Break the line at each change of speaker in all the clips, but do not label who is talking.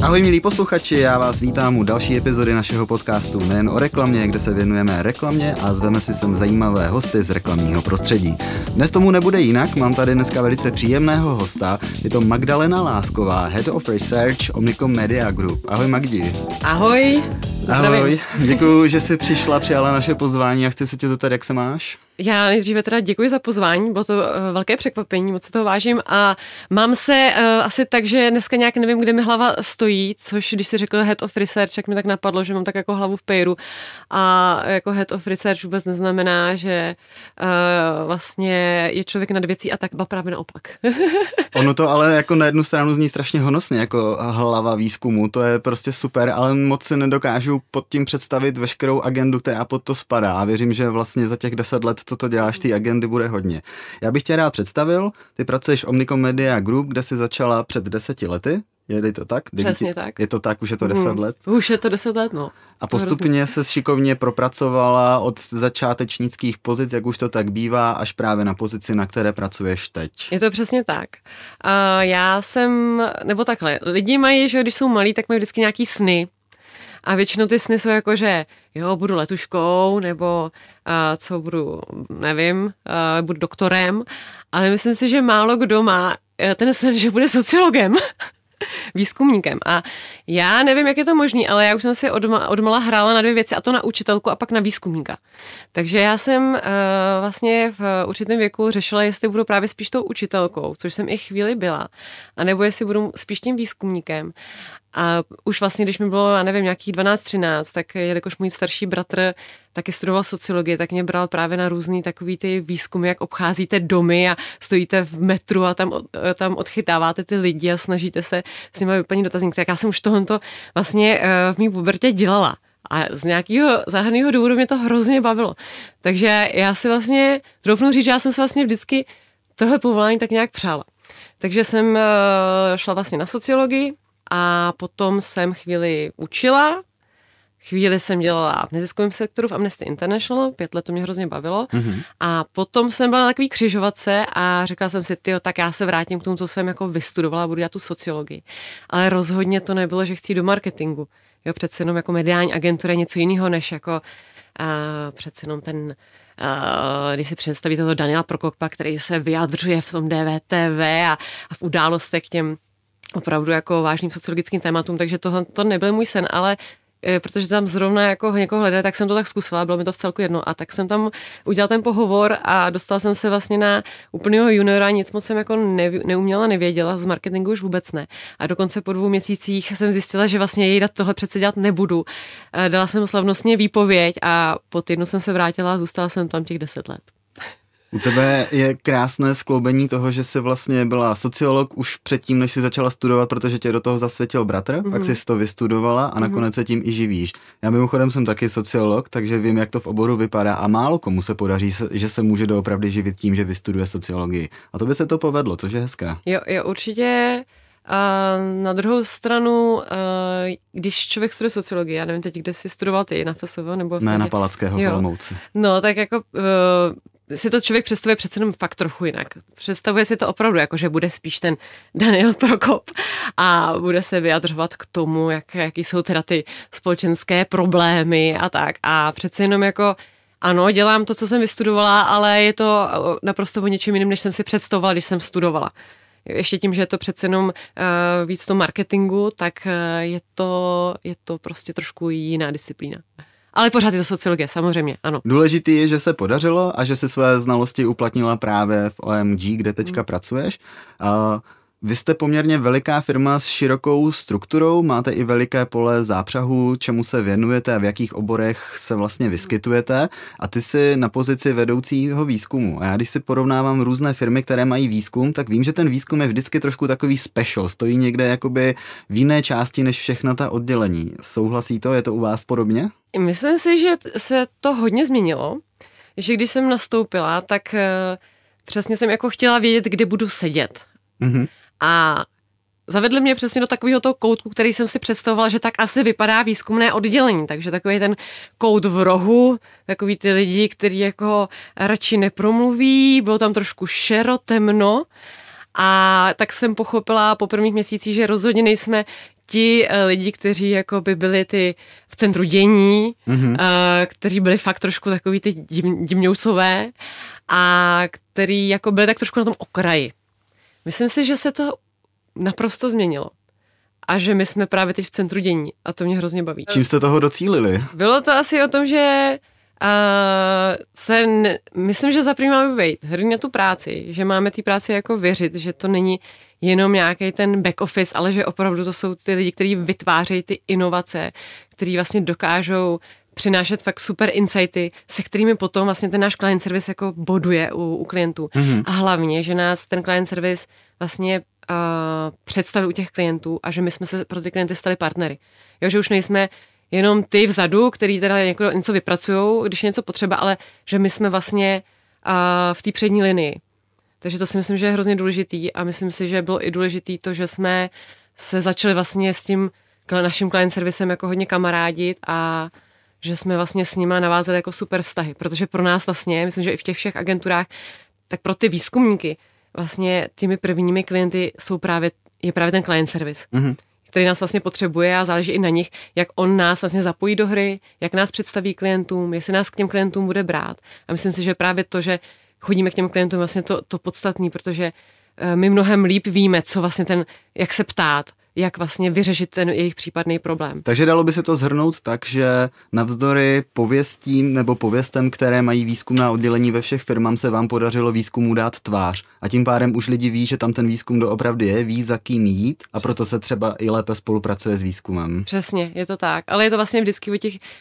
Ahoj milí posluchači, já vás vítám u další epizody našeho podcastu Nejen o reklamě, kde se věnujeme reklamě a zveme si sem zajímavé hosty z reklamního prostředí. Dnes tomu nebude jinak, mám tady dneska velice příjemného hosta, je to Magdalena Lásková, Head of Research Omnicom Media Group. Ahoj Magdi.
Ahoj.
Ahoj, děkuji, že jsi přijala naše pozvání a chci se tě zeptat, jak se máš?
Já nejdříve teda děkuji za pozvání, bylo to velké překvapení, moc se toho vážím a mám se asi tak, že dneska nějak nevím, kde mi hlava stojí, což když jsi řekl Head of Research, tak mi tak napadlo, že mám tak jako hlavu v pejru a jako Head of Research vůbec neznamená, že vlastně je člověk nad věcí a tak právě naopak.
Ono to ale jako na jednu stranu zní strašně honosně, jako hlava výzkumu, to je prostě super, ale moc si nedokážu pod tím představit veškerou agendu, která pod to spadá a věřím, že vlastně za těch 10 let, co to děláš, ty agendy bude hodně. Já bych tě rád představil, ty pracuješ v Omnicom Media Group, kde jsi začala před 10 lety. Je to tak?
Přesně tak.
Je to tak, už je to 10 let?
Už je to 10 let, no.
A postupně se šikovně propracovala od začátečnických pozic, jak už to tak bývá, až právě na pozici, na které pracuješ teď.
Je to přesně tak. Já jsem, nebo takhle, lidi mají, že když jsou malí, tak mají vždycky nějaký sny. A většinou ty sny jsou jako, že jo, budu letuškou, nebo co budu, nevím, budu doktorem. Ale myslím si, že málo kdo má ten sen, že bude sociologem. Výzkumníkem. A já nevím, jak je to možný, ale já už jsem si odmala hrála na dvě věci, a to na učitelku a pak na výzkumníka. Takže já jsem vlastně v určitém věku řešila, jestli budu právě spíš tou učitelkou, což jsem i chvíli byla, anebo jestli budu spíš tím výzkumníkem. A už vlastně, když mi bylo, já nevím, nějakých 12-13, tak jelikož můj starší bratr taky studoval sociologii, tak mě bral právě na různý takový ty výzkumy, jak obcházíte domy a stojíte v metru a tam odchytáváte ty lidi a snažíte se s nimi vyplnit dotazník. Tak já jsem už tohoto vlastně v mý pubertě dělala. A z nějakého záhadného důvodu mě to hrozně bavilo. Takže já si vlastně, troufnu říct, že já jsem se vlastně vždycky tohle povolání tak nějak přála. Takže jsem šla vlastně na sociologii a potom jsem chvíli učila, chvíli jsem dělala v neziskovém sektoru v Amnesty International, 5 let to mě hrozně bavilo. Mm-hmm. A potom jsem byla na takový křižovatce a řekla jsem si, tak já se vrátím k tomu, co jsem jako vystudovala, budu dělat tu sociologii. Ale rozhodně to nebylo, že chci do marketingu. Jo, přece jenom jako mediální agentura je něco jiného, než jako přece jenom ten, když si představíte toho Daniela Prokopa, který se vyjadřuje v tom DVTV a v událostech k těm opravdu jako vážným sociologickým tématům, takže to nebyl můj sen, ale protože tam zrovna jako někoho hledali, tak jsem to tak zkusila, bylo mi to vcelku jedno a tak jsem tam udělala ten pohovor a dostala jsem se vlastně na úplného juniora, nic moc jsem jako neuměla, nevěděla, z marketingu už vůbec ne. A dokonce po 2 měsících jsem zjistila, že vlastně jej tohle přece dělat nebudu. Dala jsem slavnostně výpověď a po týdnu jsem se vrátila a zůstala jsem tam těch 10 let.
U tebe je krásné skloubení toho, že jsi vlastně byla sociolog už předtím, než jsi začala studovat, protože tě do toho zasvětil bratr, pak jsi to vystudovala a nakonec se tím i živíš. Já mimochodem jsem taky sociolog, takže vím, jak to v oboru vypadá a málo komu se podaří, že se může doopravdy živit tím, že vystuduje sociologii. A tobě se to povedlo, což je hezká.
Jo, určitě. A na druhou stranu, když člověk studuje sociologii, já nevím teď, kde jsi studoval ty, na FSV nebo...
Ne, na Palackého v Olomouci.
No, tak jako... si to člověk představuje přece jenom fakt trochu jinak. Představuje si to opravdu, jako že bude spíš ten Daniel Prokop a bude se vyjadřovat k tomu, jaký jsou teda ty společenské problémy a tak. A přece jenom jako ano, dělám to, co jsem vystudovala, ale je to naprosto o něčem jiném, než jsem si představovala, když jsem studovala. Ještě tím, že je to přece jenom víc to marketingu, tak je to prostě trošku jiná disciplína. Ale pořád je to sociologie, samozřejmě, ano.
Důležitý je, že se podařilo a že si své znalosti uplatnila právě v OMG, kde teďka pracuješ. Vy jste poměrně veliká firma s širokou strukturou, máte i veliké pole zápřahu, čemu se věnujete a v jakých oborech se vlastně vyskytujete a ty jsi na pozici vedoucího výzkumu. A já když si porovnávám různé firmy, které mají výzkum, tak vím, že ten výzkum je vždycky trošku takový special, stojí někde jakoby v jiné části než všechna ta oddělení. Souhlasí to? Je to u vás podobně?
Myslím si, že se to hodně změnilo, že když jsem nastoupila, tak přesně jsem jako chtěla vědět, kde budu sedět. Mm-hmm. A zavedli mě přesně do takového toho koutku, který jsem si představovala, že tak asi vypadá výzkumné oddělení. Takže takový ten kout v rohu, takový ty lidi, kteří jako radši nepromluví, bylo tam trošku šero, temno. A tak jsem pochopila po prvních měsících, že rozhodně nejsme ti lidi, kteří jako by byli ty v centru dění, kteří byli fakt trošku takový ty divňousové a který jako byli tak trošku na tom okraji. Myslím si, že se to naprosto změnilo. A že my jsme právě teď v centru dění a to mě hrozně baví.
Čím jste toho docílili?
Bylo to asi o tom, že myslím, že za první máme být hrdý na tu práci, že máme té práci jako věřit, že to není jenom nějaký ten back office, ale že opravdu to jsou ty lidi, kteří vytvářejí ty inovace, kteří vlastně dokážou přinášet fakt super insighty, se kterými potom vlastně ten náš client service jako boduje u klientů. A hlavně, že nás ten client service vlastně představil u těch klientů a že my jsme se pro ty klienty stali partnery. Jo, že už nejsme jenom ty vzadu, který teda něco vypracujou, když je něco potřeba, ale že my jsme vlastně v té přední linii. Takže to si myslím, že je hrozně důležitý a myslím si, že bylo i důležitý to, že jsme se začali vlastně s tím naším client servicem jako hodně kamarádit a že jsme vlastně s nima navázali jako super vztahy, protože pro nás vlastně, myslím, že i v těch všech agenturách, tak pro ty výzkumníky vlastně těmi prvními klienty je právě ten client service, který nás vlastně potřebuje a záleží i na nich, jak on nás vlastně zapojí do hry, jak nás představí klientům, jestli nás k těm klientům bude brát. A myslím si, že právě to, že chodíme k těm klientům vlastně to podstatný, protože my mnohem líp víme, co vlastně jak se ptát, jak vlastně vyřešit ten jejich případný problém.
Takže dalo by se to shrnout tak, že navzdory pověstím nebo pověstem, které mají výzkumná oddělení ve všech firmám, se vám podařilo výzkumu dát tvář. A tím pádem už lidi ví, že tam ten výzkum doopravdy je, ví, za kým jít a proto se třeba i lépe spolupracuje s výzkumem.
Přesně, je to tak. Ale je to vlastně vždycky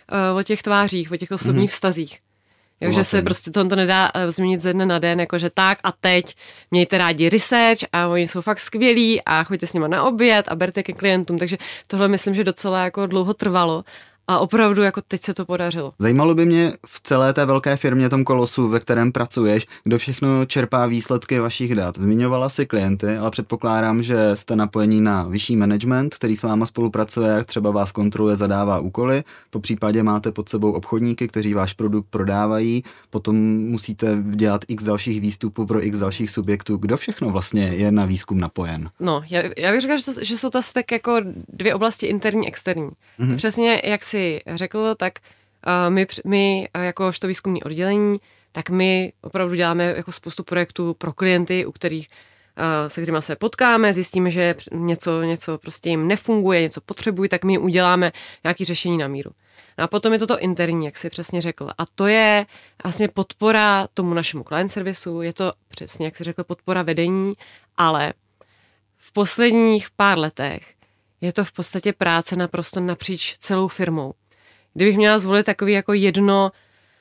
o těch tvářích, o těch osobních vztazích. Jo, že se prostě to nedá změnit ze dne na den, jakože tak a teď mějte rádi research a oni jsou fakt skvělí a choďte s nima na oběd a berte ke klientům, takže tohle myslím, že docela jako dlouho trvalo a opravdu jako teď se to podařilo.
Zajímalo by mě v celé té velké firmě, tom kolosu, ve kterém pracuješ, kdo všechno čerpá výsledky vašich dat. Zmiňovala si klienty, ale předpokládám, že jste napojení na vyšší management, který s váma spolupracuje, třeba vás kontroluje, zadává úkoly, po případě máte pod sebou obchodníky, kteří váš produkt prodávají, potom musíte dělat x dalších výstupů pro x dalších subjektů. Kdo všechno vlastně je na výzkum napojen?
No, já bych řekla, že jsou to asi tak jako dvě oblasti interní, externí. Přesně jak si řekl, tak my jakožto výzkumní oddělení, tak my opravdu děláme jako spoustu projektů pro klienty, u kterých se kterými se potkáme, zjistíme, že něco prostě jim nefunguje, něco potřebují, tak my jim uděláme nějaké řešení na míru. No a potom je to interní, jak jsi přesně řekl. A to je vlastně podpora tomu našemu client servisu, je to přesně, jak jsi řekl, podpora vedení, ale v posledních pár letech je to v podstatě práce naprosto napříč celou firmou. Kdybych měla zvolit takový jako jedno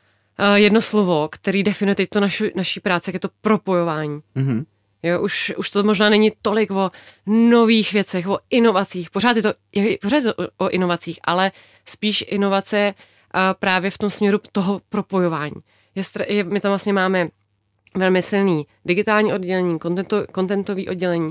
slovo, který definuje teď to naší práci, jak je to propojování. Jo, už to možná není tolik o nových věcech, o inovacích. Pořád je to o inovacích, ale spíš inovace právě v tom směru toho propojování. My tam vlastně máme velmi silný digitální oddělení, contentový oddělení,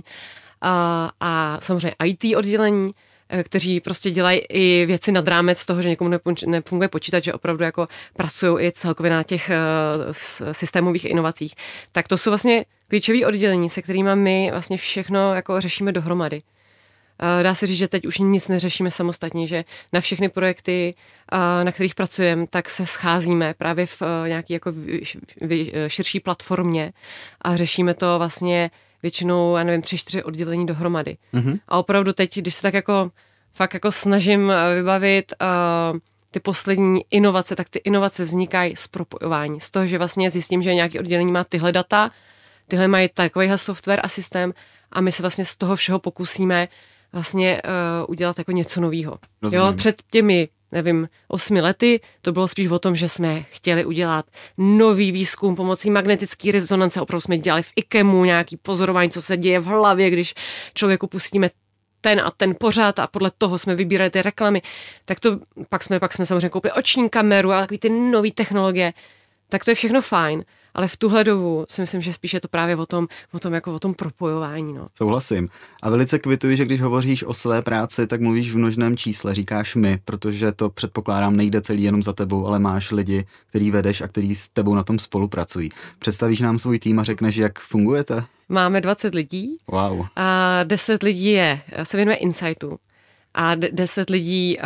a samozřejmě IT oddělení, kteří prostě dělají i věci nad rámec toho, že někomu nefunguje počítač, že opravdu jako pracují i celkově na těch systémových inovacích. Tak to jsou vlastně klíčové oddělení, se kterými my vlastně všechno jako řešíme dohromady. Dá se říct, že teď už nic neřešíme samostatně, že na všechny projekty, na kterých pracujeme, tak se scházíme právě v nějaké jako širší platformě a řešíme to vlastně většinou, 3-4 oddělení dohromady. A opravdu teď, když se tak jako fakt jako snažím vybavit ty poslední inovace, tak ty inovace vznikají z propojování. Z toho, že vlastně zjistím, že nějaké oddělení má tyhle data, tyhle mají takovýhle software a systém a my se vlastně z toho všeho pokusíme vlastně udělat jako něco novýho. Jo, před těmi 8 lety to bylo spíš o tom, že jsme chtěli udělat nový výzkum pomocí magnetické rezonance. Opravdu jsme dělali v IKEMu nějaký pozorování, co se děje v hlavě, když člověku pustíme ten a ten pořad a podle toho jsme vybírali ty reklamy. Tak to pak jsme samozřejmě koupili oční kameru a takový ty nové technologie. Tak to je všechno fajn. Ale v tuhle dobu si myslím, že spíš je to právě o tom propojování. No.
Souhlasím. A velice kvituji, že když hovoříš o své práci, tak mluvíš v množném čísle, říkáš my, protože to předpokládám nejde celý jenom za tebou, ale máš lidi, který vedeš a který s tebou na tom spolupracují. Představíš nám svůj tým a řekneš, jak fungujete?
Máme 20 lidí.
Wow.
A 10 lidí se věnuje insightu. a 10 lidí,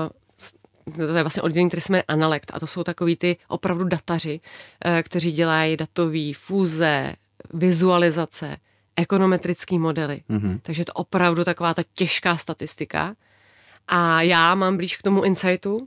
to je vlastně oddělení, které se jmenuje Analekt, a to jsou takový ty opravdu dataři, kteří dělají datový fúze, vizualizace, ekonometrické modely. Takže je to opravdu taková ta těžká statistika. A já mám blíž k tomu insightu,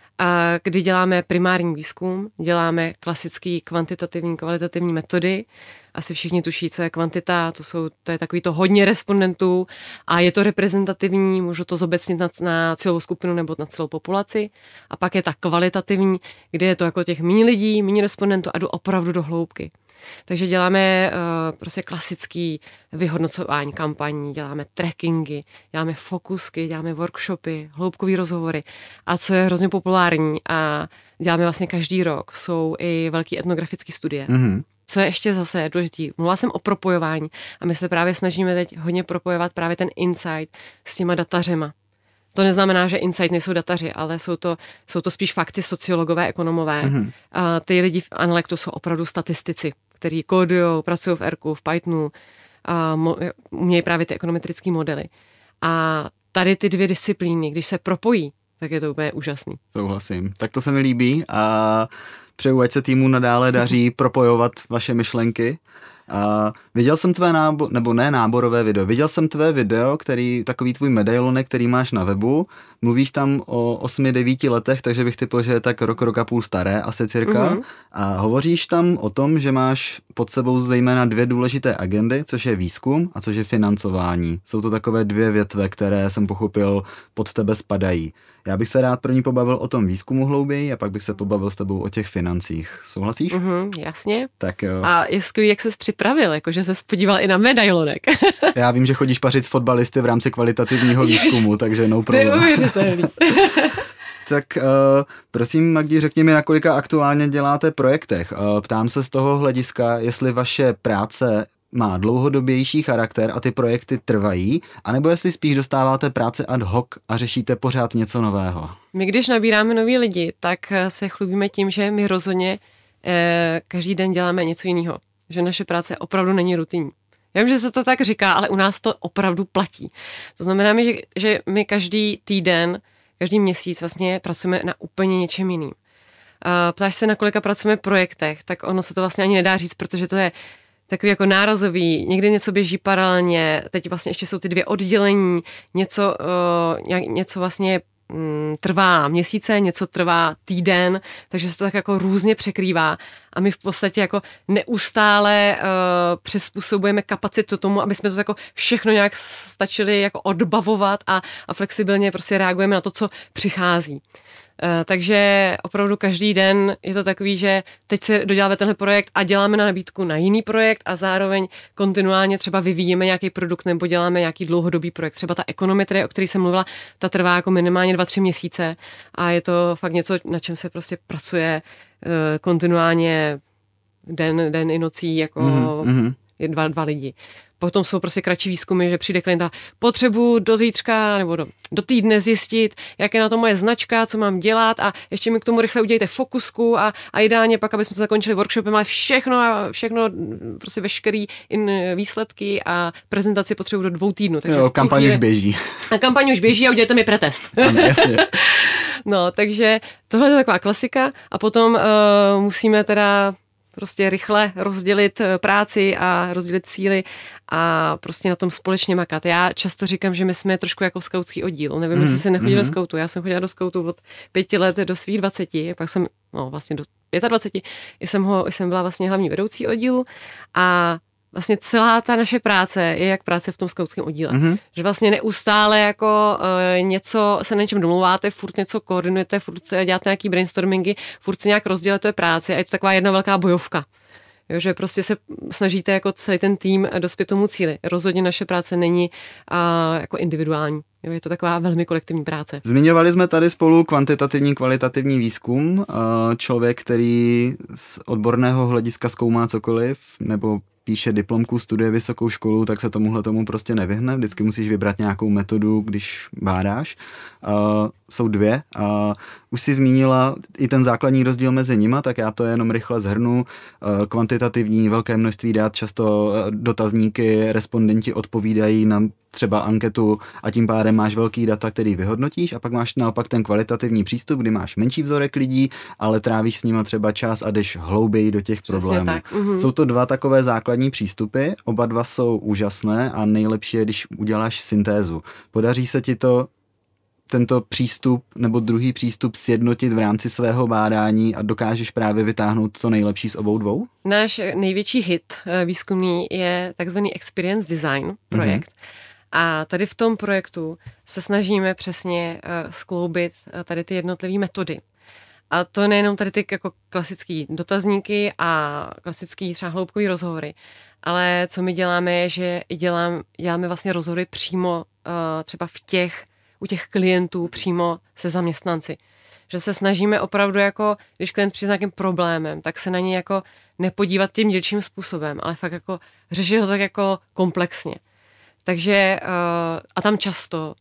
kdy děláme primární výzkum, děláme klasický kvantitativní, kvalitativní metody. Asi všichni tuší, co je kvantita, to je takový to hodně respondentů a je to reprezentativní, můžu to zobecnit na celou skupinu nebo na celou populaci. A pak je ta kvalitativní, kde je to jako těch méně lidí, méně respondentů a jdu opravdu do hloubky. Takže děláme prostě klasický vyhodnocování kampaní, děláme trackingy, děláme fokusky, děláme workshopy, hloubkový rozhovory. A co je hrozně populární a děláme vlastně každý rok, jsou i velký etnografické studie. Co je ještě zase důležitý, mluvila jsem o propojování a my se právě snažíme teď hodně propojovat právě ten insight s těma datařema. To neznamená, že insight nejsou dataři, ale jsou to spíš fakty sociologové, ekonomové. A ty lidi v Analektu jsou opravdu statistici, kteří kódujou, pracují v Rku, v Pythonu a umějí právě ty ekonometrické modely. A tady ty dvě disciplíny, když se propojí, tak je to úplně úžasný.
Souhlasím. Tak to se mi líbí a přeju, ať se týmu nadále daří propojovat vaše myšlenky. Viděl jsem tvé náborové video. Viděl jsem tvé video, takový tvůj medailonek, který máš na webu. Mluvíš tam o 8-9 letech, takže bych typl, že je tak rok a půl staré, asi cirka. A hovoříš tam o tom, že máš pod sebou zejména 2 důležité agendy, což je výzkum a což je financování. Jsou to takové 2 větve, které jsem pochopil pod tebe spadají. Já bych se rád první pobavil o tom výzkumu hlouběji a pak bych se pobavil s tebou o těch financích. Souhlasíš?
Jasně.
Tak jo.
A je skvělý, jak ses připravil, jakože ses podíval i na medailonek.
Já vím, že chodíš pařit s fotbalisty v rámci kvalitativního výzkumu, takže no problém.
Neuvěřitelný.
Tak prosím, Magdi, řekni mi, na kolika aktuálně děláte projektech. Ptám se z toho hlediska, jestli vaše práce má dlouhodobější charakter a ty projekty trvají, anebo jestli spíš dostáváte práce ad hoc a řešíte pořád něco nového.
My, když nabíráme nový lidi, tak se chlubíme tím, že my rozhodně každý den děláme něco jiného. Že naše práce opravdu není rutinní. Já vím, že se to tak říká, ale u nás to opravdu platí. To znamená, že my každý týden, každý měsíc vlastně pracujeme na úplně něčem jiným. Ptáš se, na kolika pracujeme projektech, tak ono se to vlastně ani nedá říct, protože to je takový jako nárazový, někde něco běží paralelně, teď vlastně ještě jsou ty 2 oddělení, něco vlastně trvá měsíce, něco trvá týden, takže se to tak jako různě překrývá a my v podstatě jako neustále přizpůsobujeme kapacitu tomu, aby jsme to jako všechno nějak stačili jako odbavovat a flexibilně prostě reagujeme na to, co přichází. Takže opravdu každý den je to takový, že teď se doděláme tenhle projekt a děláme na nabídku na jiný projekt a zároveň kontinuálně třeba vyvíjíme nějaký produkt nebo děláme nějaký dlouhodobý projekt. Třeba ta ekonometrie, o který jsem mluvila, ta trvá jako minimálně 2-3 měsíce a je to fakt něco, na čem se prostě pracuje kontinuálně den i nocí jako dva lidi. Potom jsou prostě kratší výzkumy, že přijde klient a potřebuji do zítřka nebo do týdne zjistit, jak je na to moje značka, co mám dělat a ještě mi k tomu rychle udělejte fokusku a ideálně pak, aby jsme zakončili workshopem, ale všechno prostě veškerý výsledky a prezentaci potřebuji do 2 týdnů. Takže
jo, kampaň už běží.
A kampaň už běží a udělejte mi pretest.
Ano, jasně.
No, takže tohle je taková klasika a potom musíme teda prostě rychle rozdělit práci a rozdělit síly a prostě na tom společně makat. Já často říkám, že my jsme trošku jako skautský oddíl. Nevím, jestli jsi nechodil do skautu. Já jsem chodila do skautu od 5 let do svých 20, pak jsem, vlastně do 25, jsem byla vlastně hlavní vedoucí oddílu a vlastně celá ta naše práce je jak práce v tom skautském oddíle. Že vlastně neustále jako něco se na něčem domluváte, furt něco koordinujete, furt děláte nějaký brainstormingy, furt se nějak rozdělíte práci a je to taková jedna velká bojovka. Jo, že prostě se snažíte jako celý ten tým dospět tomu cíli. Rozhodně naše práce není jako individuální. Jo, je to taková velmi kolektivní práce.
Zmiňovali jsme tady spolu kvantitativní, kvalitativní výzkum. Člověk, který z odborného hlediska zkoumá cokoliv, nebo píše diplomku, studuje vysokou školu, tak se tomu prostě nevyhne. Vždycky musíš vybrat nějakou metodu, když bádáš. Jsou 2. Už si zmínila i ten základní rozdíl mezi nima, tak já to jenom rychle shrnu. Kvantitativní, velké množství dat, často dotazníky, respondenti odpovídají na třeba anketu a tím pádem máš velký data, který vyhodnotíš a pak máš naopak ten kvalitativní přístup, kdy máš menší vzorek lidí, ale trávíš s nima třeba čas a jdeš hlouběji do těch problémů. Jsou to dva takové základní přístupy, oba dva jsou úžasné a nejlepší je, když uděláš syntézu. Podaří se ti to tento přístup nebo druhý přístup sjednotit v rámci svého bádání a dokážeš právě vytáhnout to nejlepší z obou dvou?
Náš největší hit výzkumný je takzvaný Experience Design projekt. A tady v tom projektu se snažíme přesně skloubit tady ty jednotlivé metody. A to nejenom tady ty jako klasický dotazníky a klasický třeba hloubkový rozhovory, ale co my děláme je, že děláme vlastně rozhovory přímo třeba u těch klientů přímo se zaměstnanci. Že se snažíme opravdu jako, když klient přijde s nějakým problémem, tak se na něj jako nepodívat tím dílčím způsobem, ale fakt jako řešit ho tak jako komplexně. Takže a tam často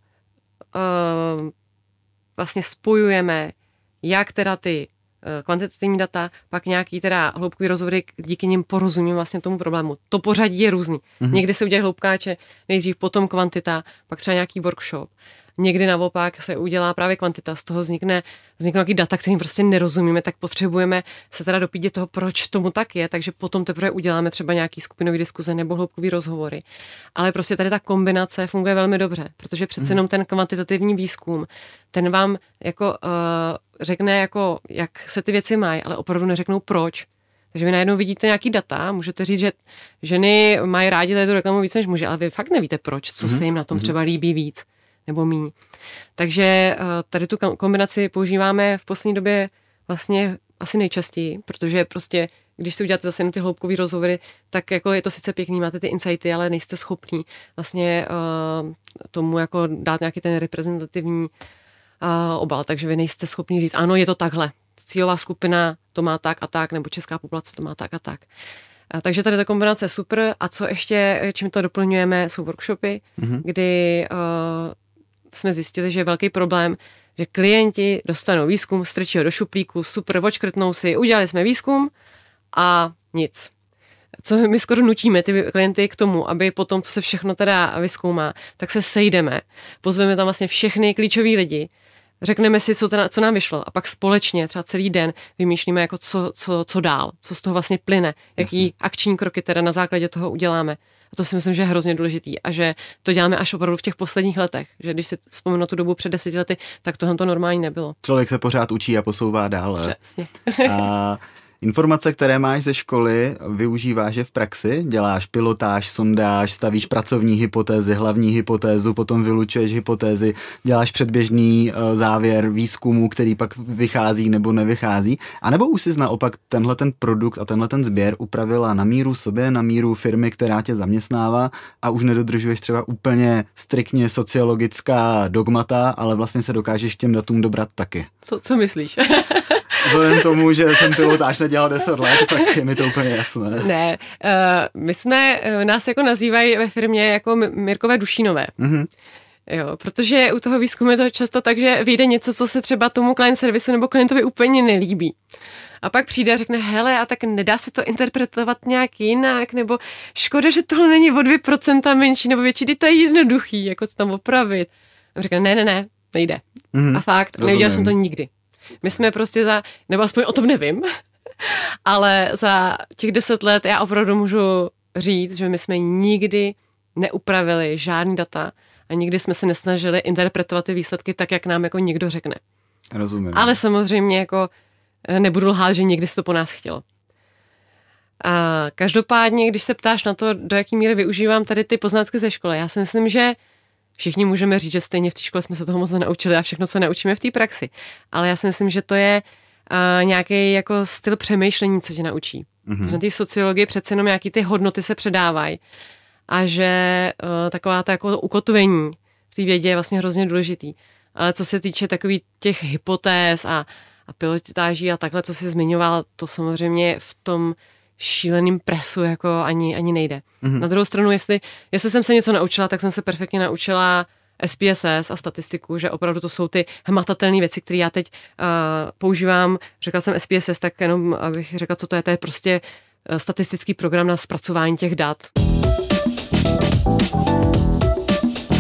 vlastně spojujeme jak teda ty kvantitativní data, pak nějaký teda hloubkový rozhovory, díky nim porozumím vlastně tomu problému. To pořadí je různý. Někdy se udělají hloubkáče, nejdřív potom kvantita, pak třeba nějaký workshop. Někdy naopak se udělá právě kvantita, z toho vzniknou nějaký data, kterým prostě nerozumíme, tak potřebujeme se teda dopídět toho, proč tomu tak je, takže potom teprve uděláme třeba nějaký skupinový diskuze nebo hloubkový rozhovory. Ale prostě tady ta kombinace funguje velmi dobře, protože přece jenom ten kvantitativní výzkum, ten vám jako řekne, jako, jak se ty věci mají, ale opravdu neřeknou proč. Takže vy najednou vidíte nějaký data, můžete říct, že ženy mají rádi tu reklamu víc než muži, ale vy fakt nevíte proč, co se jim na tom třeba líbí víc nebo míň. Takže tady tu kombinaci používáme v poslední době vlastně asi nejčastěji, protože prostě, když si uděláte zase ty hloubkový rozhovory, tak jako je to sice pěkný, máte ty insighty, ale nejste schopní vlastně tomu jako dát nějaký ten reprezentativní obal, takže vy nejste schopni říct, ano, je to takhle. Cílová skupina to má tak a tak, nebo česká populace to má tak a tak. Takže tady ta kombinace je super. A co ještě, čím to doplňujeme, jsou workshopy, kdy jsme zjistili, že je velký problém, že klienti dostanou výzkum, strčí ho do šuplíku, super, odškrtnou si, udělali jsme výzkum a nic. Co my skoro nutíme ty klienty k tomu, aby potom, co se všechno teda vyzkoumá, tak se sejdeme, pozveme tam vlastně všechny klíčoví lidi, řekneme si, co nám vyšlo a pak společně třeba celý den vymýšlíme, jako co dál, co z toho vlastně plyne, jaký akční kroky teda na základě toho uděláme. A to si myslím, že je hrozně důležitý a že to děláme až opravdu v těch posledních letech. Že když si vzpomenu na tu dobu před 10 lety, tak tohle to normální nebylo.
Člověk se pořád učí a posouvá dál.
Přesně.
A informace, které máš ze školy, využíváš je v praxi? Děláš pilotáž, sondáž, stavíš pracovní hypotézy, hlavní hypotézu, potom vylučuješ hypotézy, děláš předběžný závěr výzkumu, který pak vychází nebo nevychází? A nebo už jsi naopak tenhle ten produkt a tenhle ten sběr upravila na míru sobě, na míru firmy, která tě zaměstnává a už nedodržuješ třeba úplně striktně sociologická dogmata, ale vlastně se dokážeš k těm datům dobrat taky?
Co myslíš?
Vzhledem tomu, že jsem pilotáž nedělal 10 let, tak je mi to úplně jasné.
Ne, nás jako nazývají ve firmě jako Mirkové Dušínové. Jo, protože u toho výzkumu je to často tak, že vyjde něco, co se třeba tomu client servisu nebo klientovi úplně nelíbí. A pak přijde a řekne, hele, a tak nedá se to interpretovat nějak jinak, nebo škoda, že tohle není o 2% menší nebo větší, to je jednoduchý, jako to tam opravit. A řekne, ne, nejde. A fakt, neudělal jsem to nikdy. My jsme prostě nebo aspoň o tom nevím, ale za těch 10 let já opravdu můžu říct, že my jsme nikdy neupravili žádný data a nikdy jsme se nesnažili interpretovat ty výsledky tak, jak nám jako někdo řekne.
Rozumím.
Ale samozřejmě jako nebudu lhát, že někdy se to po nás chtělo. A každopádně, když se ptáš na to, do jaký míry využívám tady ty poznatky ze školy, já si myslím, že všichni můžeme říct, že stejně v té škole jsme se toho moc nenaučili a všechno se naučíme v té praxi. Ale já si myslím, že to je nějaký jako styl přemýšlení, co tě naučí. Že na té sociologii přece jenom nějaký ty hodnoty se předávají a že taková ta jako ukotvení v té vědě je vlastně hrozně důležitý. Ale co se týče takových těch hypotéz a pilotáží a takhle, co jsi zmiňoval, to samozřejmě v tom šíleným presu jako ani nejde. Na druhou stranu, jestli jsem se něco naučila, tak jsem se perfektně naučila SPSS a statistiku, že opravdu to jsou ty hmatatelné věci, které já teď používám. Řekla jsem SPSS, tak jenom abych řekla, co to je prostě statistický program na zpracování těch dat.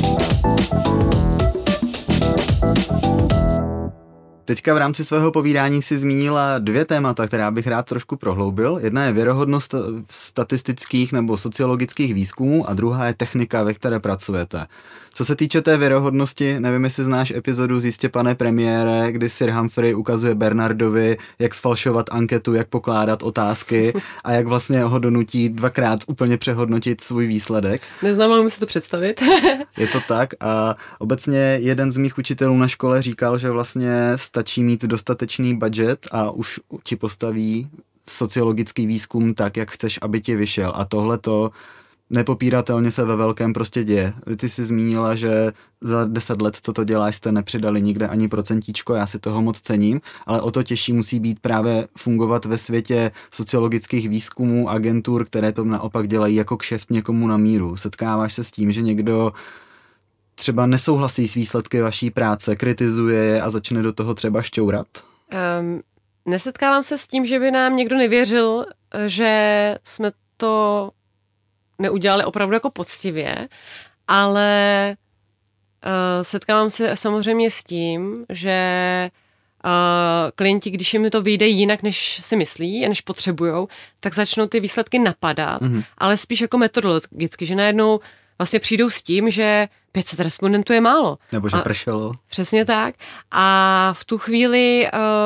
Teďka v rámci svého povídání si zmínila 2 témata, která bych rád trošku prohloubil. Jedna je věrohodnost statistických nebo sociologických výzkumů a druhá je technika, ve které pracujete. Co se týče té věrohodnosti, nevím, jestli znáš epizodu z Jistě, pane premiére, kdy Sir Humphrey ukazuje Bernardovi, jak sfalšovat anketu, jak pokládat otázky a jak vlastně ho donutí 2krát úplně přehodnotit svůj výsledek.
Neznám, ale musím si to představit.
Je to tak a obecně jeden z mých učitelů na škole říkal, že vlastně stačí mít dostatečný budget a už ti postaví sociologický výzkum tak, jak chceš, aby ti vyšel. A tohleto nepopíratelně se ve velkém prostě děje. Ty jsi zmínila, že za 10 let, co to děláš, jste nepřidali nikde ani procentíčko, já si toho moc cením, ale o to těžší musí být právě fungovat ve světě sociologických výzkumů, agentur, které to naopak dělají jako kšeft někomu na míru. Setkáváš se s tím, že někdo třeba nesouhlasí s výsledky vaší práce, kritizuje je a začne do toho třeba šťourat?
Nesetkávám se s tím, že by nám někdo nevěřil, že jsme to neudělali opravdu jako poctivě, ale setkávám se samozřejmě s tím, že klienti, když jim to vyjde jinak, než si myslí a než potřebujou, tak začnou ty výsledky napadat, ale spíš jako metodologicky, že najednou vlastně přijdou s tím, že 500 respondentů je málo.
Nebo že pršelo.
Přesně tak. A v tu chvíli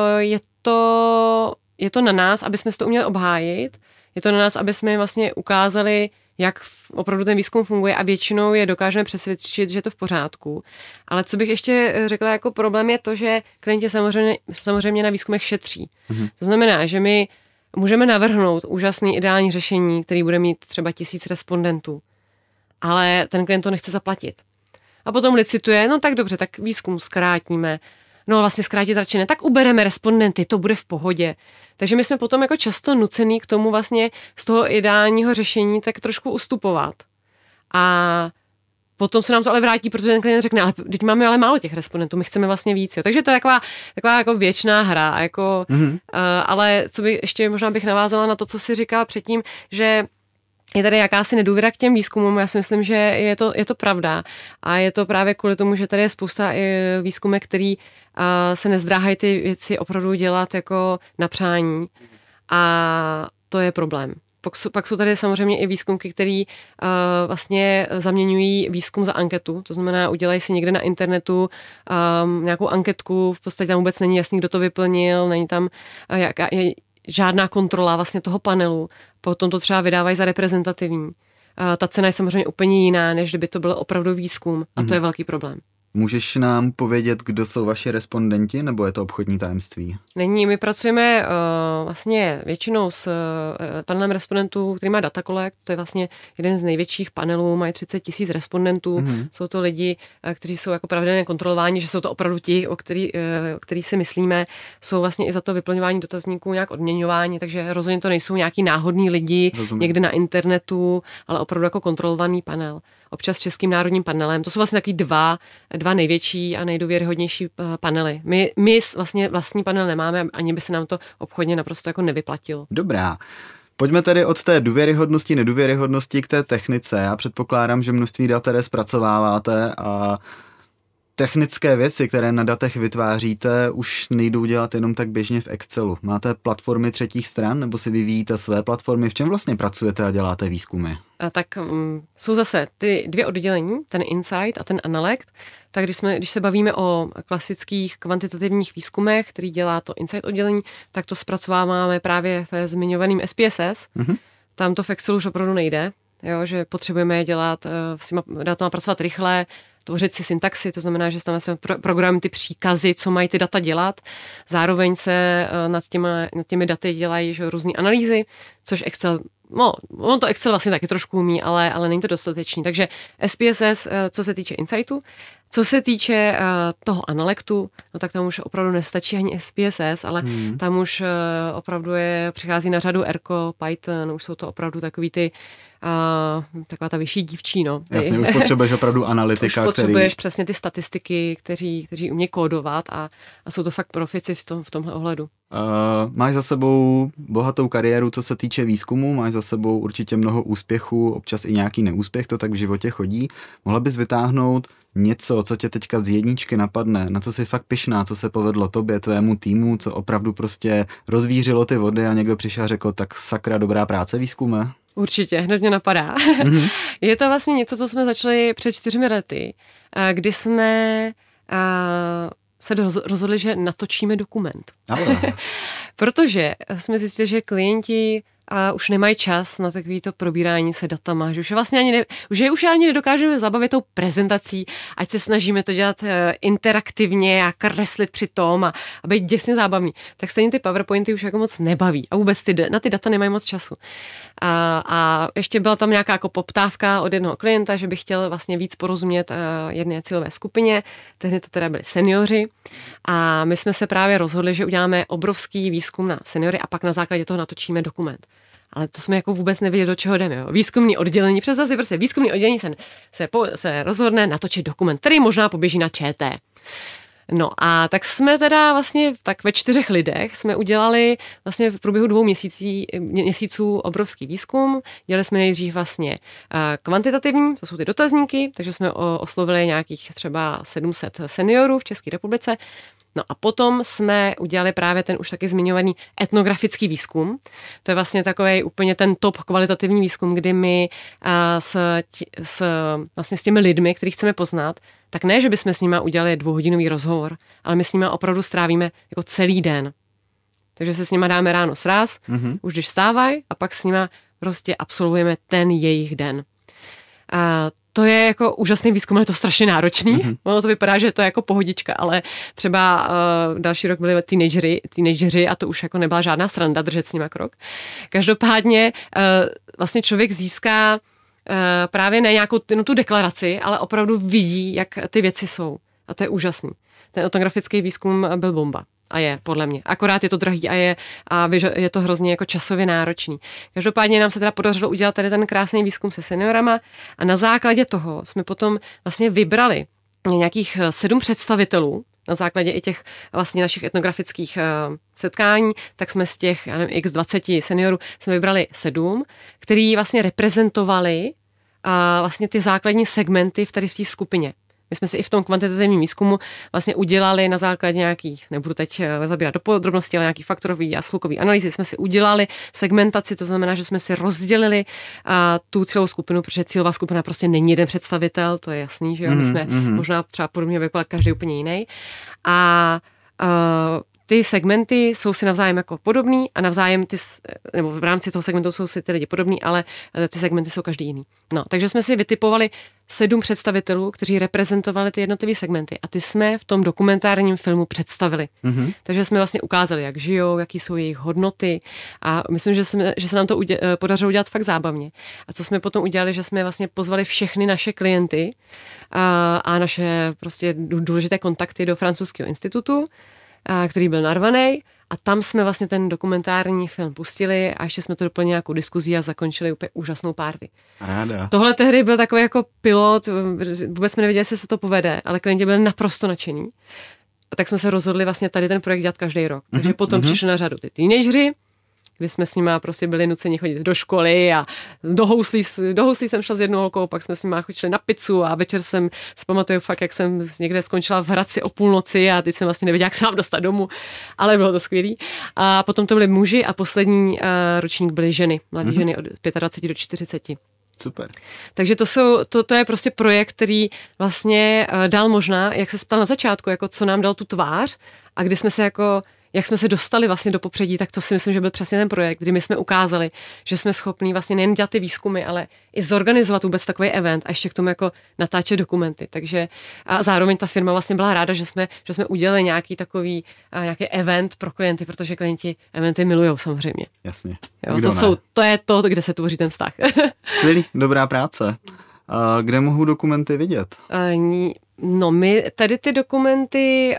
je to na nás, aby jsme si to uměli obhájit. Je to na nás, aby jsme vlastně ukázali, jak opravdu ten výzkum funguje a většinou je dokážeme přesvědčit, že je to v pořádku. Ale co bych ještě řekla jako problém je to, že klienti samozřejmě na výzkumech šetří. To znamená, že my můžeme navrhnout úžasný ideální řešení, který bude mít třeba 1000 respondentů, ale ten klient to nechce zaplatit. A potom licituje, no tak dobře, tak výzkum zkrátíme. No vlastně zkrátit radši ne, tak ubereme respondenty, to bude v pohodě. Takže my jsme potom jako často nucený k tomu vlastně z toho ideálního řešení tak trošku ustupovat. A potom se nám to ale vrátí, protože ten klient řekne, ale teď máme ale málo těch respondentů, my chceme vlastně víc. Jo. Takže to je taková jako věčná hra. Jako, ale co by ještě možná bych navázala na to, co jsi říkala předtím, že je tady jakási nedůvěra k těm výzkumům. Já si myslím, že je to pravda. A je to právě kvůli tomu, že tady je spousta výzkumů, který se nezdráhají ty věci opravdu dělat jako na přání. A to je problém. Pak jsou tady samozřejmě i výzkumky, které vlastně zaměňují výzkum za anketu. To znamená, udělají si někde na internetu nějakou anketku, v podstatě tam vůbec není jasný, kdo to vyplnil, není tam žádná kontrola vlastně toho panelu. Potom to třeba vydávají za reprezentativní. Ta cena je samozřejmě úplně jiná, než kdyby to byl opravdu výzkum. A to je velký problém.
Můžeš nám povědět, kdo jsou vaši respondenti, nebo je to obchodní tajemství?
Není, my pracujeme vlastně většinou s panelem respondentů, který má Data Collect, to je vlastně jeden z největších panelů, mají 30 000 respondentů, jsou to lidi, kteří jsou jako pravidelně kontrolováni, že jsou to opravdu ti, o který si myslíme, jsou vlastně i za to vyplňování dotazníků nějak odměňování, takže rozhodně to nejsou nějaký náhodní lidi někde na internetu, ale opravdu jako kontrolovaný panel. Občas s Českým národním panelem. To jsou vlastně takový dva největší a nejdůvěryhodnější panely. My vlastně vlastní panel nemáme, ani by se nám to obchodně naprosto jako nevyplatilo.
Dobrá. Pojďme tedy od té důvěryhodnosti, nedůvěryhodnosti k té technice. Já předpokládám, že množství dat, které zpracováváte a technické věci, které na datech vytváříte, už nejdou dělat jenom tak běžně v Excelu. Máte platformy třetích stran, nebo si vyvíjíte své platformy? V čem vlastně pracujete a děláte výzkumy?
Tak jsou zase ty 2 oddělení, ten Insight a ten Analect. Tak když se bavíme o klasických kvantitativních výzkumech, který dělá to Insight oddělení, tak to zpracováváme právě ve zmiňovaném SPSS. Tam to v Excelu už opravdu nejde, jo, že potřebujeme dělat, s těma datama pracovat rychle, tvořit si syntaxy, to znamená, že tam se programují ty příkazy, co mají ty data dělat. Zároveň se nad těmi daty dělají různé analýzy, což Excel, on to Excel vlastně taky trošku umí, ale není to dostatečný. Takže SPSS, co se týče Insightu, co se týče toho Analectu, no tak tam už opravdu nestačí ani SPSS, ale tam už opravdu přichází na řadu Erko, Python, už jsou to opravdu takový ty taková ta vyšší dívčí, no.
Jasně, už potřebuješ opravdu analytika,
už potřebuješ přesně ty statistiky, kteří umějí kódovat a jsou to fakt profici v tomhle ohledu.
Máš za sebou bohatou kariéru, co se týče výzkumu, máš za sebou určitě mnoho úspěchů, občas i nějaký neúspěch, to tak v životě chodí. Mohla bys vytáhnout něco, co tě teďka z jedničky napadne, na co jsi fakt pyšná, co se povedlo tobě, tvému týmu, co opravdu prostě rozvířilo ty vody a někdo přišel a řekl, tak sakra, dobrá práce, výzkume?
Určitě, hned mě napadá. Mm-hmm. Je to vlastně něco, co jsme začali před 4 lety, kdy jsme se rozhodli, že natočíme dokument. Protože jsme zjistili, že klienti už nemají čas na takovýto probírání se datama, že už vlastně už ani nedokážeme zabavit tou prezentací, ať se snažíme to dělat interaktivně a kreslit při tom a být děsně zábavný. Tak stejně ty PowerPointy už jako moc nebaví a vůbec na ty data nemají moc času. A ještě byla tam nějaká jako poptávka od jednoho klienta, že by chtěl vlastně víc porozumět jedné cílové skupině, tehdy to teda byli seniori a my jsme se právě rozhodli, že uděláme obrovský výzkum na seniory a pak na základě toho natočíme dokument. Ale to jsme jako vůbec nevěděli, do čeho jdeme. Jo. Výzkumný oddělení, představ si prostě, výzkumný oddělení se rozhodne natočit dokument, který možná poběží na ČT. No a tak jsme teda vlastně tak ve 4 lidech jsme udělali vlastně v průběhu 2 měsíců obrovský výzkum. Dělali jsme nejdřív vlastně kvantitativní, to jsou ty dotazníky, takže jsme oslovili nějakých třeba 700 seniorů v České republice. No a potom jsme udělali právě ten už taky zmiňovaný etnografický výzkum. To je vlastně takový úplně ten top kvalitativní výzkum, kdy my s těmi lidmi, který chceme poznat, tak ne, že bychom s nima udělali 2hodinový rozhovor, ale my s nima opravdu strávíme jako celý den. Takže se s nima dáme ráno sraz, už když vstávají a pak s nima prostě absolvujeme ten jejich den. A to je jako úžasný výzkum, ale je to strašně náročný. Ono to vypadá, že to je jako pohodička, ale třeba další rok byli teenageři a to už jako nebyla žádná sranda držet s nima krok. Každopádně vlastně člověk získá právě ne nějakou tu deklaraci, ale opravdu vidí, jak ty věci jsou. A to je úžasný. Ten etnografický výzkum byl bomba. A je, podle mě. Akorát je to drahý a je to hrozně jako časově náročný. Každopádně nám se teda podařilo udělat tady ten krásný výzkum se seniorama a na základě toho jsme potom vlastně vybrali nějakých 7 představitelů na základě i těch vlastně našich etnografických setkání, tak jsme z těch x20 seniorů jsme vybrali 7, který vlastně reprezentovali vlastně ty základní segmenty v té skupině. My jsme si i v tom kvantitativním výzkumu vlastně udělali na základě nějakých, nebudu teď zabírat do podrobností, ale nějaký faktorový a slukový analýzy, jsme si udělali segmentaci, to znamená, že jsme si rozdělili tu celou skupinu, protože cílová skupina prostě není jeden představitel, to je jasný, že jo, my jsme možná třeba podobně vypadali každý úplně jiný. A ty segmenty jsou si navzájem jako podobný a navzájem nebo v rámci toho segmentu jsou si ty lidi podobný, ale ty segmenty jsou každý jiný. No, takže jsme si vytipovali 7 představitelů, kteří reprezentovali ty jednotlivé segmenty a ty jsme v tom dokumentárním filmu představili. Takže jsme vlastně ukázali, jak žijou, jaký jsou jejich hodnoty a myslím, že se nám to podařilo udělat fakt zábavně. A co jsme potom udělali, že jsme vlastně pozvali všechny naše klienty a naše prostě důležité kontakty do francouzského institutu, který byl narvaný a tam jsme vlastně ten dokumentární film pustili a ještě jsme to doplnili nějakou diskuzí a zakončili úplně úžasnou party.
Ráda.
Tohle tehdy byl takový jako pilot, vůbec jsme nevěděli, jestli se to povede, ale klienti byli naprosto nadšení. A tak jsme se rozhodli vlastně tady ten projekt dělat každý rok. Takže potom přišli na řadu ty teenageři, kdy jsme s nima prostě byli nuceni chodit do školy a do houslí jsem šla s jednou holkou, pak jsme s nima chodili na pizzu a večer jsem zpamatuju fakt, jak jsem někde skončila v Hradci o půlnoci a teď jsem vlastně nevěděla, jak se mám dostat domů, ale bylo to skvělý. A potom to byli muži a poslední ročník byly ženy, mladé ženy od 25 do 40.
Super.
Takže to je prostě projekt, který vlastně dal možná, jak se ptal na začátku, jako co nám dal tu tvář a kdy jsme se jako jak jsme se dostali vlastně do popředí, tak to si myslím, že byl přesně ten projekt, kdy my jsme ukázali, že jsme schopní vlastně nejen dělat ty výzkumy, ale i zorganizovat vůbec takový event a ještě k tomu jako natáčet dokumenty. Takže a zároveň ta firma vlastně byla ráda, že jsme udělali nějaký takový nějaký event pro klienty, protože klienti eventy milujou samozřejmě.
Jasně.
Jo, to je to, kde se tvoří ten vztah.
Skvělý, dobrá práce. A kde mohu dokumenty vidět?
No my tady ty dokumenty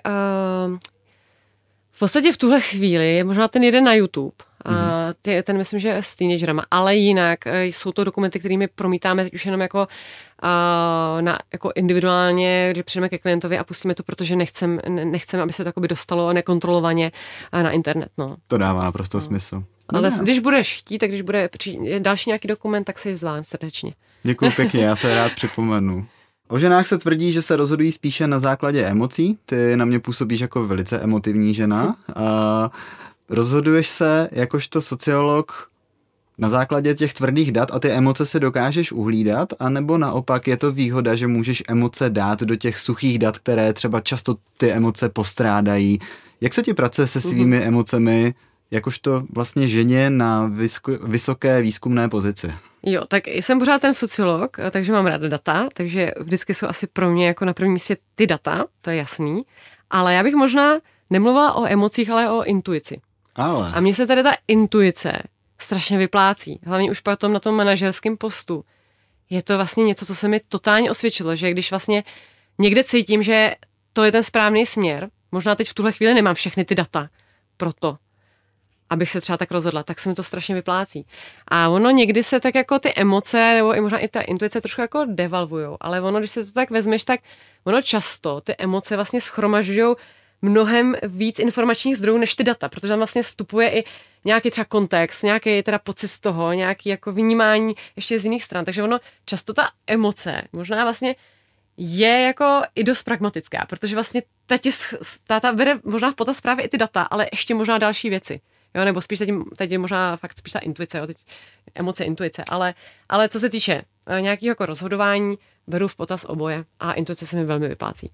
v podstatě v tuhle chvíli, možná ten jeden na YouTube, ten myslím, že je s teenagerama, ale jinak jsou to dokumenty, kterými promítáme teď už jenom jako individuálně, že přijdeme ke klientovi a pustíme to, protože nechceme, aby se to dostalo nekontrolovaně na internet. No.
To dává naprosto smysl.
Ale když budeš chtít, tak když bude další nějaký dokument, tak si zvám srdečně.
Děkuji pěkně, já se rád připomenu. O ženách se tvrdí, že se rozhodují spíše na základě emocí. Ty na mě působíš jako velice emotivní žena. A rozhoduješ se jakožto sociolog na základě těch tvrdých dat a ty emoce si dokážeš uhlídat, anebo naopak je to výhoda, že můžeš emoce dát do těch suchých dat, které třeba často ty emoce postrádají. Jak se ti pracuje se svými emocemi, jakožto vlastně ženě na vysoké výzkumné pozici?
Jo, tak jsem pořád ten sociolog, takže mám ráda data, takže vždycky jsou asi pro mě jako na prvním místě ty data, to je jasný, ale já bych možná nemluvila o emocích, ale o intuici.
Ale.
A mně se tady ta intuice strašně vyplácí, hlavně už potom na tom manažerském postu. Je to vlastně něco, co se mi totálně osvědčilo, že když vlastně někde cítím, že to je ten správný směr, možná teď v tuhle chvíli nemám všechny ty data pro to, abych se třeba tak rozhodla, tak se mi to strašně vyplácí. A ono někdy se tak jako ty emoce, nebo i možná i ta intuice trošku jako devalvujou, ale ono, když se to tak vezmeš, tak ono často ty emoce vlastně schromažďujou mnohem víc informačních zdrojů než ty data, protože tam vlastně vstupuje i nějaký třeba kontext, nějaký teda pocit z toho, nějaký jako vnímání ještě z jiných stran. Takže ono často ta emoce možná vlastně je jako i dost pragmatická, protože vlastně ta bere možná v potaz právě i ty data, ale ještě možná další věci. Jo, nebo spíš teď je možná fakt spíš ta intuice, jo, teď emoce, intuice, ale co se týče nějakého jako rozhodování, beru v potaz oboje a intuice se mi velmi vyplácí.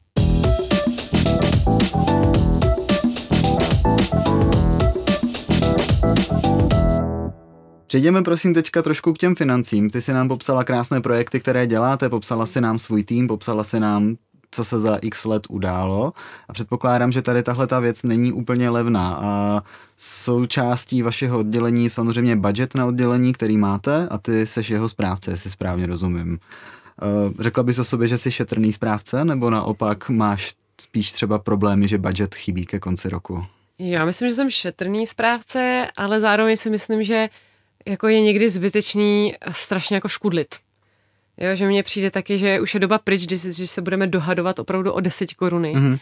Přejdeme prosím teďka trošku k těm financím. Ty si nám popsala krásné projekty, které děláte, popsala si nám svůj tým, popsala si nám, co se za x let událo a předpokládám, že tady tahle ta věc není úplně levná a součástí vašeho oddělení samozřejmě budget na oddělení, který máte a ty seš jeho správce, jestli správně rozumím. Řekla bys o sobě, že jsi šetrný správce nebo naopak máš spíš třeba problémy, že budget chybí ke konci roku?
Já myslím, že jsem šetrný správce, ale zároveň si myslím, že jako je někdy zbytečný strašně jako škudlit. Jo, že mně přijde taky, že už je doba pryč, když se budeme dohadovat opravdu o 10 koruny. Mm-hmm.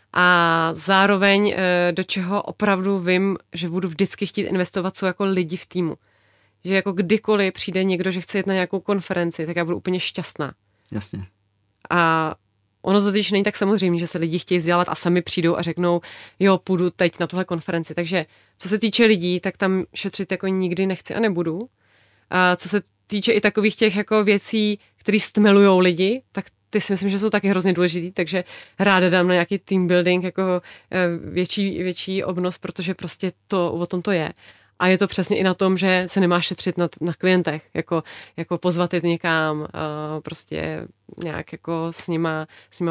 A zároveň do čeho opravdu vím, že budu vždycky chtít investovat, jsou jako lidi v týmu. Že jako kdykoliv přijde někdo, že chce jít na nějakou konferenci, tak já budu úplně šťastná.
Jasně.
A ono totiž není tak samozřejmě, že se lidi chtějí vzdělat a sami přijdou a řeknou, jo, půjdu teď na tuhle konferenci. Takže co se týče lidí, tak tam šetřit jako nikdy nechci a nebudu. A co se týče i takových těch jako věcí, které stmelujou lidi, tak ty si myslím, že jsou taky hrozně důležitý, takže ráda dám na nějaký team building jako větší obnos, protože prostě to o tom to je. A je to přesně i na tom, že se nemá šetřit na klientech, jako pozvat je někam, prostě nějak jako s nima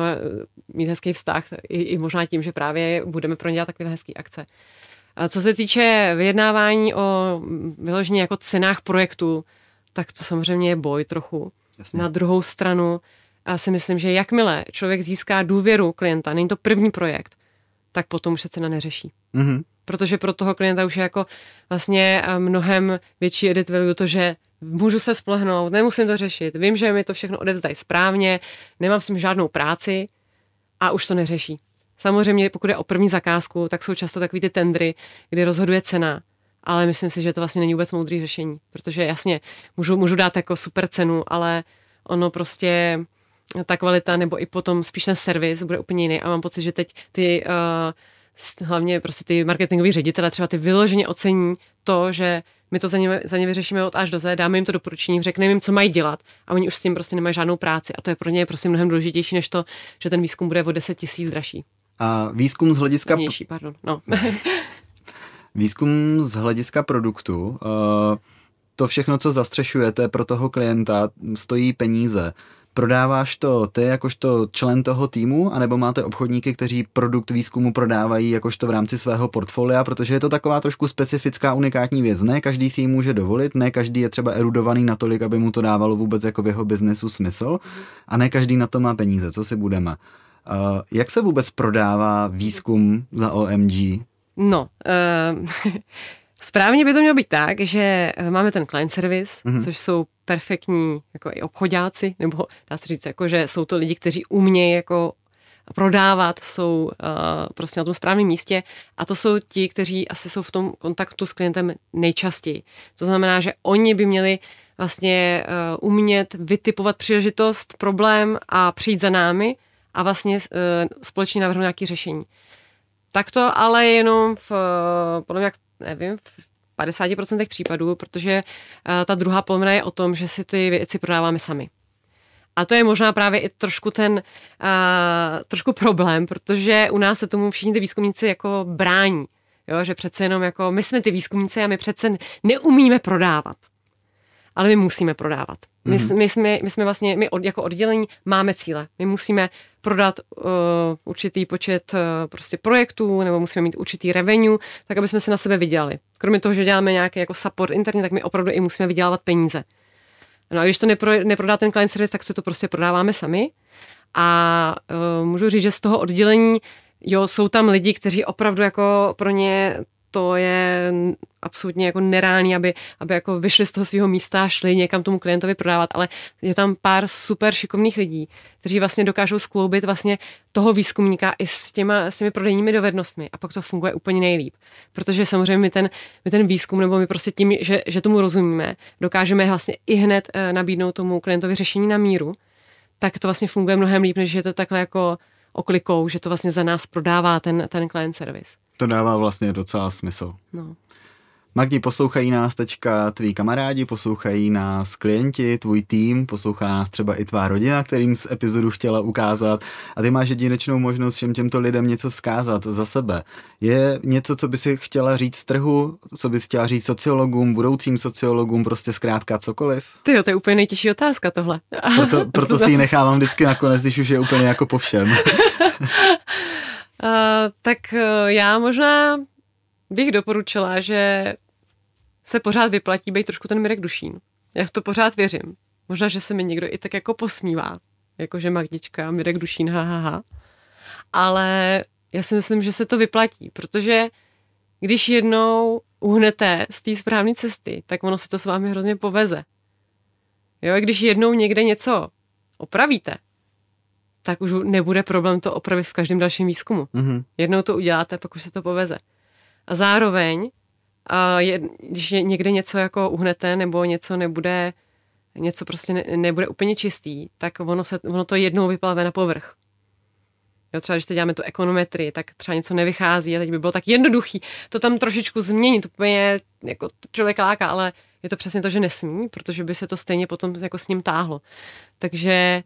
mít hezký vztah, i možná tím, že právě budeme pro ně dělat takové hezké akce. A co se týče vyjednávání o vyloženě jako cenách projektu, tak to samozřejmě je boj trochu. Jasně. Na druhou stranu já si myslím, že jakmile člověk získá důvěru klienta, není to první projekt, tak potom už se cena neřeší. Mm-hmm. Protože pro toho klienta už je jako vlastně mnohem větší edit value to, že můžu se spolehnout, nemusím to řešit, vím, že mi to všechno odevzdají správně, nemám s tím žádnou práci a už to neřeší. Samozřejmě, pokud je o první zakázku, tak jsou často takový ty tendry, kdy rozhoduje cena, ale myslím si, že to vlastně není vůbec moudrý řešení, protože jasně, můžu dát jako super cenu, ale ono prostě ta kvalita nebo i potom spíš ten servis bude úplně jiný a mám pocit, že teď ty hlavně prostě ty marketingoví ředitele třeba ty vyloženě ocení to, že my to za ně vyřešíme od až do Z, dáme jim to doporučení, řekneme jim, co mají dělat a oni už s tím prostě nemají žádnou práci a to je pro ně prostě mnohem důležitější než to, že ten výzkum bude o 10 000 dražší.
A výzkum z hlediska... Výzkum z hlediska produktu, to všechno, co zastřešujete pro toho klienta, stojí peníze. Prodáváš to ty jakožto člen toho týmu, anebo máte obchodníky, kteří produkt výzkumu prodávají jakožto v rámci svého portfolia, protože je to taková trošku specifická, unikátní věc. Ne každý si ji může dovolit, ne každý je třeba erudovaný natolik, aby mu to dávalo vůbec jako v jeho biznesu smysl a ne každý na to má peníze, co si budeme. Jak se vůbec prodává výzkum za OMG?
No, správně by to mělo být tak, že máme ten client service, což jsou perfektní jako i obchodáci, nebo dá se říct, jako, že jsou to lidi, kteří umějí jako prodávat, jsou prostě na tom správném místě a to jsou ti, kteří asi jsou v tom kontaktu s klientem nejčastěji. To znamená, že oni by měli vlastně umět vytipovat příležitost, problém a přijít za námi a vlastně společně navrhnout nějaké řešení. Tak to ale jenom podle mě, nevím, v 50% případů, protože ta druhá polovina je o tom, že si ty věci prodáváme sami. A to je možná právě i trošku trošku problém, protože u nás se tomu všichni ty výzkumníci jako brání. Jo, že přece jenom jako my jsme ty výzkumníci a my přece neumíme prodávat. Ale my musíme prodávat. My jsme vlastně, jako oddělení máme cíle. My musíme prodat určitý počet prostě projektů nebo musíme mít určitý revenue, tak aby jsme se na sebe vydělali. Kromě toho, že děláme nějaký jako support interně, tak my opravdu i musíme vydělávat peníze. No a když to neprodá ten client service, tak si to prostě prodáváme sami. A můžu říct, že z toho oddělení jsou tam lidi, kteří opravdu jako pro ně to je absolutně jako nereálný, aby jako vyšli z toho svého místa a šli někam tomu klientovi prodávat, ale je tam pár super šikovných lidí, kteří vlastně dokážou skloubit vlastně toho výzkumníka i s těmi prodejními dovednostmi a pak to funguje úplně nejlíp. Protože samozřejmě my ten výzkum nebo my prostě tím, že tomu rozumíme, dokážeme vlastně i hned nabídnout tomu klientovi řešení na míru, tak to vlastně funguje mnohem líp, než je to takhle jako oklikou, že to vlastně za nás prodává ten client service.
To dává vlastně docela smysl.
No.
Magdi, poslouchají nás teďka tví kamarádi, poslouchají nás klienti, tvůj tým, poslouchá nás třeba i tvá rodina, kterým z epizodu chtěla ukázat a ty máš jedinečnou možnost všem těmto lidem něco vzkázat za sebe. Je něco, co by si chtěla říct trhu, co bys chtěla říct sociologům, budoucím sociologům, prostě zkrátka cokoliv?
Tyjo, to je úplně nejtěžší otázka tohle.
Proto si ji nechávám vždycky nakonec, když už je úplně jako po všem.
Tak já možná bych doporučila, že se pořád vyplatí být trošku ten Mirek Dušín. Já v to pořád věřím. Možná, že se mi někdo i tak jako posmívá. Jakože Magdička, Mirek Dušín, ha. Ale já si myslím, že se to vyplatí, protože když jednou uhnete z té správné cesty, tak ono se to s vámi hrozně poveze. Jo, když jednou někde něco opravíte, tak už nebude problém to opravit v každém dalším výzkumu. Mm-hmm. Jednou to uděláte, pak už se to poveze. A zároveň, když někde něco jako uhnete, nebo něco prostě nebude úplně čistý, tak ono to jednou vyplave na povrch. Jo, třeba když teď děláme tu ekonometrii, tak třeba něco nevychází a teď by bylo tak jednoduchý to tam trošičku změnit, úplně jako člověk láká, ale je to přesně to, že nesmí, protože by se to stejně potom jako s ním táhlo. Takže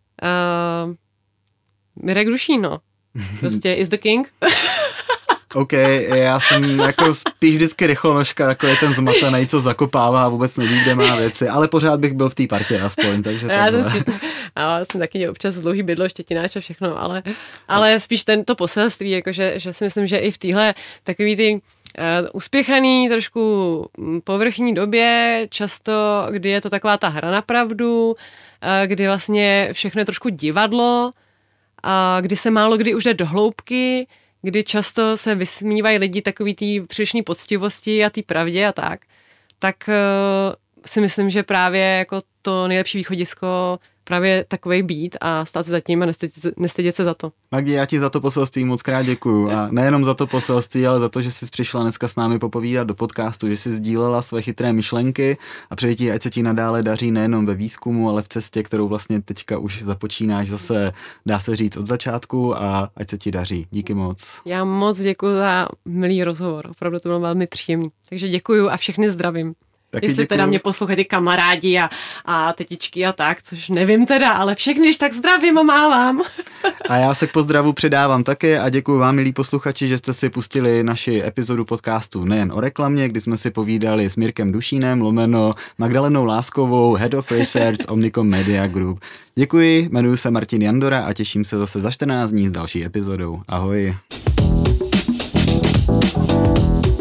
Mirek Dušín, no. Prostě is the king.
OK, já jsem jako spíš vždycky rychlonožka, jako je ten zmatený, co zakopává a vůbec neví, kde má věci, ale pořád bych byl v té partě aspoň, takže
já jsem taky občas dlouhý bydlo, štětináč a všechno, ale spíš to poselství, jakože, že si myslím, že i v téhle takový ty uspěchaný, trošku povrchní době, často, kdy je to taková ta hra na pravdu, kdy vlastně všechno je trošku divadlo, a kdy se málo kdy už jde do hloubky, kdy často se vysmívají lidi takový té přílišné poctivosti a té pravdě a tak si myslím, že právě jako to nejlepší východisko právě takovej být a stát se za tím a nestydět se za to.
Magdi, já ti za to poselství moc krát děkuju a nejenom za to poselství, ale za to, že jsi přišla dneska s námi popovídat do podcastu, že jsi sdílela své chytré myšlenky a přeji ti, ať se ti nadále daří nejenom ve výzkumu, ale v cestě, kterou vlastně teďka už započínáš zase, dá se říct, od začátku a ať se ti daří. Díky moc.
Já moc děkuju za milý rozhovor, opravdu to bylo velmi příjemný. Takže děkuju a všechny zdravím.
Taky
jestli
děkuju.
Teda mě poslouchají ty kamarádi a tetičky a tak, což nevím teda, ale všechny, když tak zdravím a mávám.
A já se k pozdravu předávám také a děkuji vám, milí posluchači, že jste si pustili naši epizodu podcastu Nejen o reklamě, kdy jsme si povídali s Mirkem Dušínem, lomeno Magdalenou Láskovou, Head of Research Omnicom Media Group. Děkuji, jmenuji se Martin Jandora a těším se zase za 14 dní s další epizodou. Ahoj.